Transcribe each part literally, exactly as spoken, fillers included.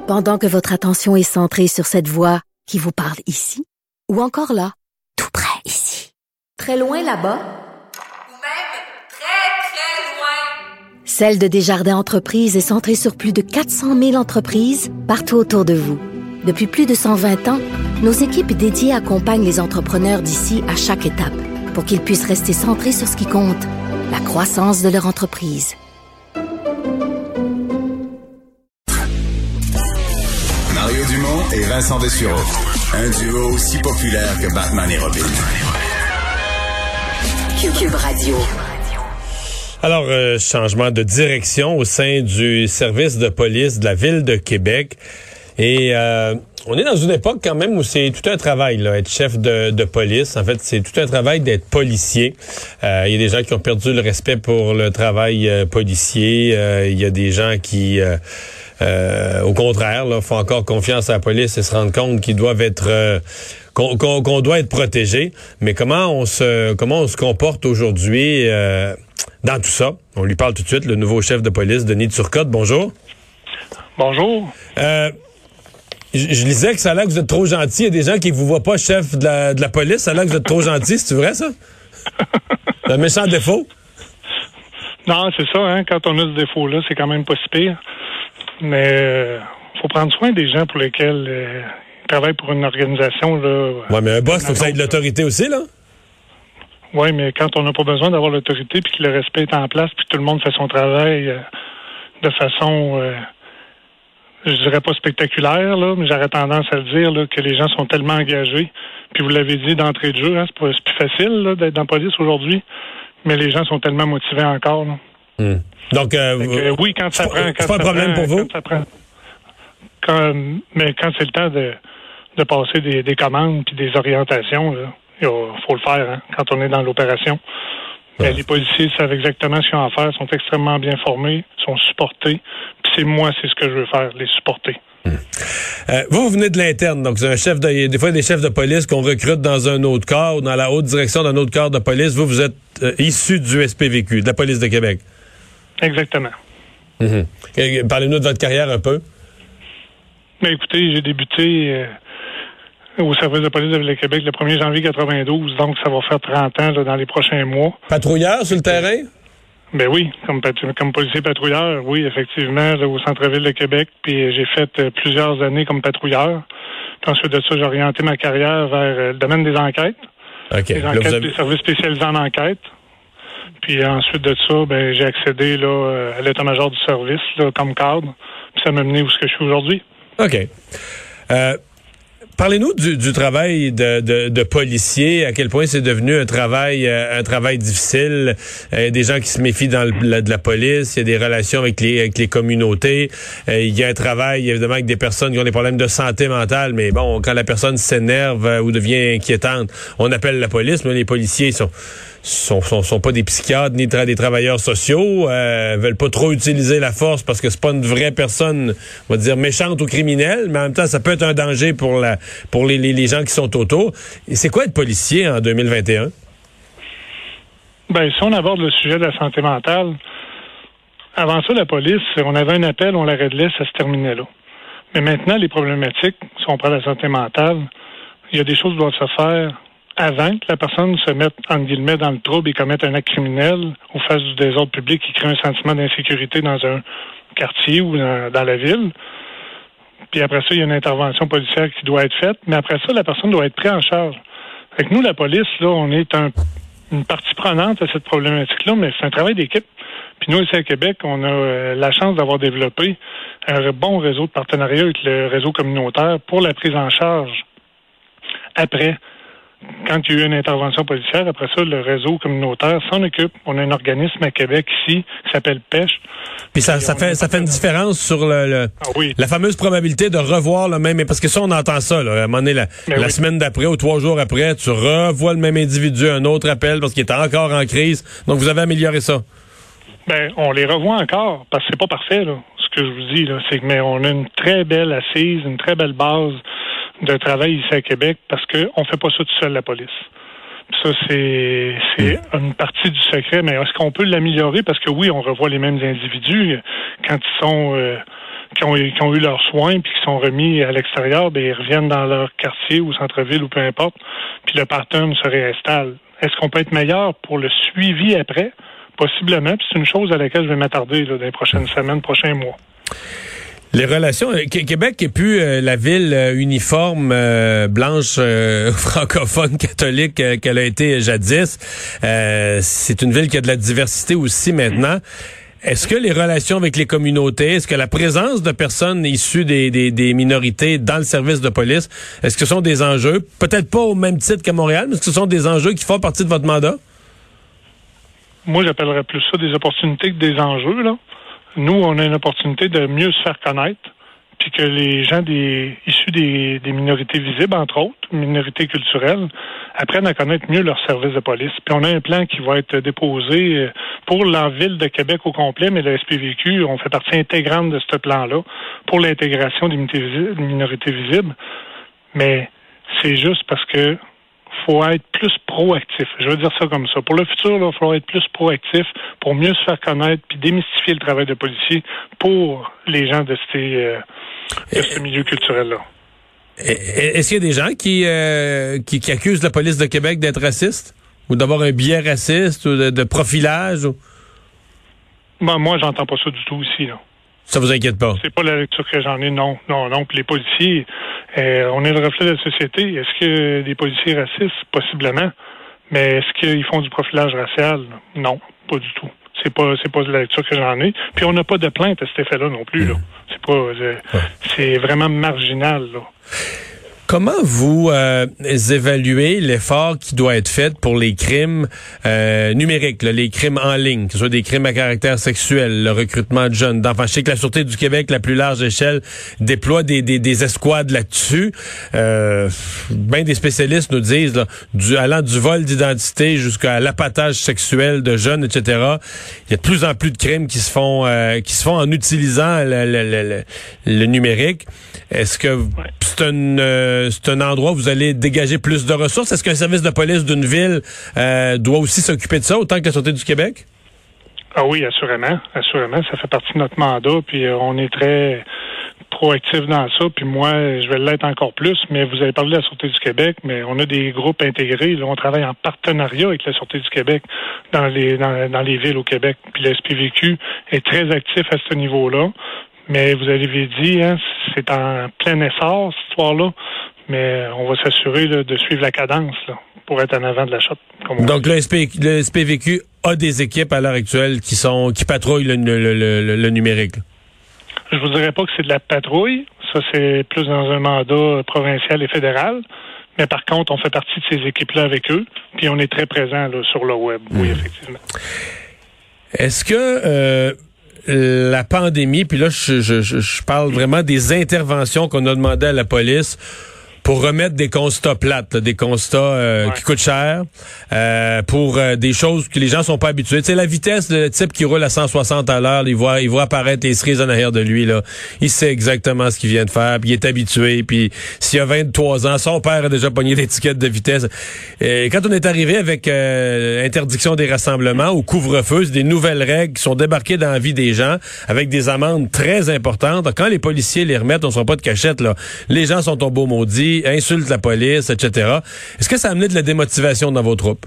Pendant que votre attention est centrée sur cette voix qui vous parle ici, ou encore là, tout près ici, très loin là-bas, ou même très, très loin. Celle de Desjardins Entreprises est centrée sur plus de quatre cent mille entreprises partout autour de vous. Depuis plus de cent vingt ans, nos équipes dédiées accompagnent les entrepreneurs d'ici à chaque étape pour qu'ils puissent rester centrés sur ce qui compte, la croissance de leur entreprise. Mario Dumont et Vincent Dessureau. Un duo aussi populaire que Batman et Robin. Cube Radio. Alors, euh, changement de direction au sein du service de police de la Ville de Québec. Et euh, on est dans une époque quand même où c'est tout un travail, là, être chef de, de police. En fait, c'est tout un travail d'être policier. Euh, il y a des gens qui ont perdu le respect pour le travail euh, policier. Euh, il y a des gens qui... Euh, Euh, au contraire, là, font encore confiance à la police et se rendent compte qu'ils doivent être euh, qu'on, qu'on, qu'on doit être protégés. Mais comment on se comment on se comporte aujourd'hui euh, dans tout ça? On lui parle tout de suite, le nouveau chef de police, Denis Turcotte. Bonjour. Bonjour. Euh, je, je lisais que ça a l'air que vous êtes trop gentil. Il y a des gens qui vous voient pas chef de la, de la police. Ça a l'air que vous êtes trop gentil. C'est vrai, ça? C'est un méchant défaut? Non, c'est ça. Hein? Quand on a ce défaut-là, c'est quand même pas si pire. Mais euh, faut prendre soin des gens pour lesquels euh, ils travaillent pour une organisation. Là. Oui, mais un boss, il faut que ça ait de l'autorité aussi, là? Oui, mais quand on n'a pas besoin d'avoir l'autorité puis que le respect est en place puis que tout le monde fait son travail euh, de façon, euh, je dirais pas spectaculaire, là, mais j'aurais tendance à le dire, là, que les gens sont tellement engagés. Puis vous l'avez dit d'entrée de jeu, hein, c'est, pas, c'est plus facile là, d'être dans la police aujourd'hui, mais les gens sont tellement motivés encore. Là. Hum. Donc, euh, que, oui, quand ça c'est prend... Pas, quand c'est pas un ça problème prend, pour vous? Quand ça prend, quand, mais quand c'est le temps de, de passer des, des commandes puis des orientations, il faut le faire hein, quand on est dans l'opération. Ouais. Les policiers savent exactement ce qu'ils ont à faire, sont extrêmement bien formés, sont supportés. Puis c'est moi, c'est ce que je veux faire, les supporter. Hum. Euh, vous, vous venez de l'interne, donc c'est un chef de, des fois des chefs de police qu'on recrute dans un autre corps ou dans la haute direction d'un autre corps de police. Vous, vous êtes euh, issu du S P V Q, de la police de Québec. Exactement. Mm-hmm. Parlez-nous de votre carrière un peu. Mais écoutez, j'ai débuté euh, au service de police de la Ville de Québec le premier janvier quatre-vingt-douze, donc ça va faire trente ans là, dans les prochains mois. Patrouilleur sur le terrain? Ben oui, comme, comme policier patrouilleur, oui, effectivement, là, au centre-ville de Québec. Puis j'ai fait euh, plusieurs années comme patrouilleur. Puis ensuite de ça, j'ai orienté ma carrière vers euh, le domaine des enquêtes. OK. Les enquêtes, avez... des services spécialisés en enquête. Puis ensuite de ça, ben j'ai accédé là à l'état-major du service là, comme cadre. Puis ça m'a mené où ce que je suis aujourd'hui. OK. Euh, parlez-nous du, du travail de, de, de policier, à quel point c'est devenu un travail euh, un travail difficile. Euh, des gens qui se méfient dans le, la, de la police, il y a des relations avec les, avec les communautés. Euh, il y a un travail, évidemment, avec des personnes qui ont des problèmes de santé mentale, mais bon, quand la personne s'énerve euh, ou devient inquiétante, on appelle la police, mais les policiers sont... Sont, sont, sont pas des psychiatres ni tra- des travailleurs sociaux, euh, veulent pas trop utiliser la force parce que c'est pas une vraie personne, on va dire, méchante ou criminelle, mais en même temps, ça peut être un danger pour la pour les, les, les gens qui sont autour. Et c'est quoi être policier en deux mille vingt et un? Ben, si on aborde le sujet de la santé mentale, avant ça, la police, on avait un appel, on l'arrêt de laisse, ça se terminait là. Mais maintenant, les problématiques, si on prend la santé mentale, il y a des choses qui doivent se faire avant que la personne se mette, entre guillemets, dans le trouble et commette un acte criminel au face du désordre public qui crée un sentiment d'insécurité dans un quartier ou dans, dans la ville. Puis après ça, il y a une intervention policière qui doit être faite, mais après ça, la personne doit être prise en charge. Fait que nous, la police, là, on est un, une partie prenante à cette problématique-là, mais c'est un travail d'équipe. Puis nous, ici à Québec, on a euh, la chance d'avoir développé un bon réseau de partenariat avec le réseau communautaire pour la prise en charge après. Quand il y a eu une intervention policière, après ça, le réseau communautaire s'en occupe. On a un organisme à Québec ici qui s'appelle Pêche. Puis ça, ça fait ça fait une différence sur le, le ah oui. la fameuse probabilité de revoir le même... Parce que ça, on entend ça. Là, à un moment donné, la, la oui. semaine d'après ou trois jours après, tu revois le même individu, un autre appel parce qu'il est encore en crise. Donc, vous avez amélioré ça. Ben, on les revoit encore parce que c'est pas parfait, là. Ce que je vous dis, là, c'est que mais on a une très belle assise, une très belle base de travail ici à Québec parce qu'on fait pas ça tout seul, la police. Ça, c'est c'est une partie du secret, mais est-ce qu'on peut l'améliorer? Parce que oui, on revoit les mêmes individus quand ils sont euh, qui ont, qui ont eu leurs soins puis qui sont remis à l'extérieur, ben ils reviennent dans leur quartier ou centre-ville ou peu importe, puis le pattern se réinstalle. Est-ce qu'on peut être meilleur pour le suivi après? Possiblement, puis c'est une chose à laquelle je vais m'attarder là, dans les prochaines semaines, prochains mois. Les relations... Québec n'est plus euh, la ville euh, uniforme, euh, blanche, euh, francophone, catholique euh, qu'elle a été jadis. Euh, c'est une ville qui a de la diversité aussi maintenant. Est-ce que les relations avec les communautés, est-ce que la présence de personnes issues des, des, des minorités dans le service de police, est-ce que ce sont des enjeux, peut-être pas au même titre qu'à Montréal, mais est-ce que ce sont des enjeux qui font partie de votre mandat? Moi, j'appellerais plus ça des opportunités que des enjeux, là. Nous, on a une opportunité de mieux se faire connaître, puis que les gens des issus des, des minorités visibles, entre autres, minorités culturelles, apprennent à connaître mieux leur service de police. Puis on a un plan qui va être déposé pour la ville de Québec au complet, mais le S P V Q, on fait partie intégrante de ce plan-là pour l'intégration des minorités visibles. Mais c'est juste parce que faut être plus proactif. Je veux dire ça comme ça. Pour le futur, il va falloir être plus proactif pour mieux se faire connaître puis démystifier le travail de policier pour les gens de, ces, euh, de ce milieu culturel-là. Est-ce qu'il y a des gens qui, euh, qui, qui accusent la police de Québec d'être raciste ou d'avoir un biais raciste ou de, de profilage? Ou... Ben, moi, j'entends pas ça du tout ici, là. Ça vous inquiète pas? C'est pas la lecture que j'en ai, non. Non, non. Puis les policiers, euh, on est le reflet de la société. Est-ce que des policiers racistes? Possiblement. Mais est-ce qu'ils font du profilage racial? Non, pas du tout. C'est pas c'est pas de la lecture que j'en ai. Puis on n'a pas de plainte à cet effet-là non plus, là. C'est pas euh, ouais. C'est vraiment marginal, là. Comment vous euh, évaluez l'effort qui doit être fait pour les crimes euh, numériques, là, les crimes en ligne, que ce soit des crimes à caractère sexuel, le recrutement de jeunes d'enfants? Je sais que la Sûreté du Québec, la plus large échelle, déploie des, des, des escouades là-dessus. Euh, ben des spécialistes nous disent, là, du, allant du vol d'identité jusqu'à l'appâtage sexuel de jeunes, et cetera, il y a de plus en plus de crimes qui se font euh, qui se font en utilisant le, le, le, le numérique. Est-ce que ouais. c'est une... Euh, c'est un endroit où vous allez dégager plus de ressources? Est-ce qu'un service de police d'une ville euh, doit aussi s'occuper de ça, autant que la Sûreté du Québec? Ah oui, assurément. Assurément, ça fait partie de notre mandat, puis euh, on est très proactif dans ça, puis moi, je vais l'être encore plus, mais vous avez parlé de la Sûreté du Québec, mais on a des groupes intégrés, là, on travaille en partenariat avec la Sûreté du Québec dans les dans, dans les villes au Québec, puis le S P V Q est très actif à ce niveau-là, mais vous avez dit, hein, c'est en plein essor, cette histoire-là, mais on va s'assurer là, de suivre la cadence là, pour être en avant de la shot. Donc le, S P, le S P V Q a des équipes à l'heure actuelle qui sont qui patrouillent le, le, le, le numérique. Je vous dirais pas que c'est de la patrouille. Ça, c'est plus dans un mandat provincial et fédéral. Mais par contre, on fait partie de ces équipes-là avec eux. Puis on est très présent là, sur le web. Mmh. Oui, effectivement. Est-ce que... Euh la pandémie, puis là, je, je, je parle vraiment des interventions qu'on a demandé à la police pour remettre des constats plates, là, des constats euh, ouais. qui coûtent cher, euh, pour euh, des choses que les gens sont pas habitués. Tu sais, la vitesse, le type qui roule à cent soixante à l'heure, il voit, il voit apparaître les cerises en arrière de lui, là. Il sait exactement ce qu'il vient de faire, puis il est habitué, puis s'il a vingt-trois ans, son père a déjà pogné l'étiquette de vitesse. Et quand on est arrivé avec euh, interdiction des rassemblements ou couvre-feu, c'est des nouvelles règles qui sont débarquées dans la vie des gens, avec des amendes très importantes. Quand les policiers les remettent, on ne sera pas de cachette, là. Les gens sont tombés maudits, insulte la police, et cetera. Est-ce que ça a amené de la démotivation dans vos troupes?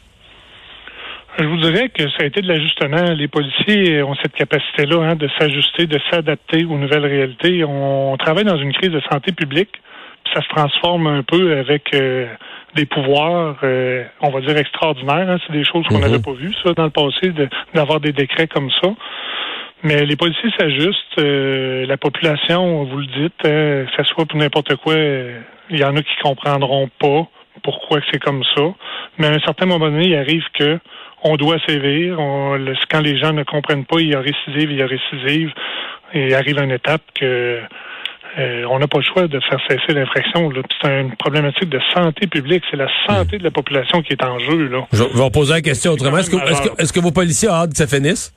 Je vous dirais que ça a été de l'ajustement. Les policiers ont cette capacité-là hein, de s'ajuster, de s'adapter aux nouvelles réalités. On travaille dans une crise de santé publique, puis ça se transforme un peu avec euh, des pouvoirs, euh, on va dire, extraordinaires. Hein. C'est des choses qu'on n'avait mm-hmm. pas vues, ça, dans le passé, de, d'avoir des décrets comme ça. Mais les policiers s'ajustent. Euh, la population, vous le dites, euh, que ce soit pour n'importe quoi, euh, il y en a qui comprendront pas pourquoi c'est comme ça. Mais à un certain moment donné, il arrive que on doit sévir. On, le, quand les gens ne comprennent pas, il y a récidive, il y a récidive. Et il arrive une étape que euh, on n'a pas le choix de faire cesser l'infraction. Là. C'est une problématique de santé publique. C'est la santé de la population qui est en jeu. Là. Je vais vous poser la question autrement. Est-ce que, est-ce que, est-ce que vos policiers ont hâte que ça finisse?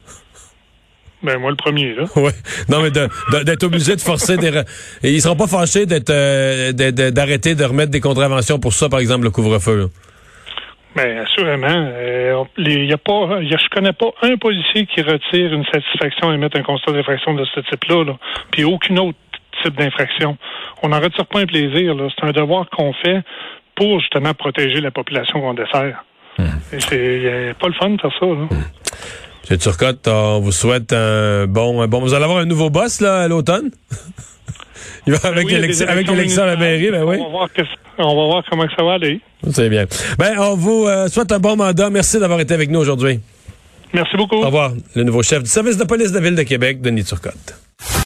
Ben moi le premier là. Oui. Non mais de, de, d'être obligé de forcer des et ils seront pas fâchés d'être euh, de, de, d'arrêter de remettre des contraventions pour ça par exemple le couvre-feu. Là. Bien, assurément. Euh, les, y a pas, y a, je connais pas un policier qui retire une satisfaction et met un constat d'infraction de ce type-là, là, puis aucune autre type d'infraction. On n'en retire pas un plaisir. Là. C'est un devoir qu'on fait pour justement protéger la population qu'on dessert. Mmh. Et c'est y a pas le fun de faire ça. Là. Mmh. M. Turcotte, on vous souhaite un bon, un bon... Vous allez avoir un nouveau boss là à l'automne? Il va avec, oui, l'élection, avec l'élection à la mairie, ben oui. On va voir, que, on va voir comment ça va aller. C'est bien. Ben, on vous euh, souhaite un bon mandat. Merci d'avoir été avec nous aujourd'hui. Merci beaucoup. Au revoir. Le nouveau chef du service de police de la Ville de Québec, Denis Turcotte.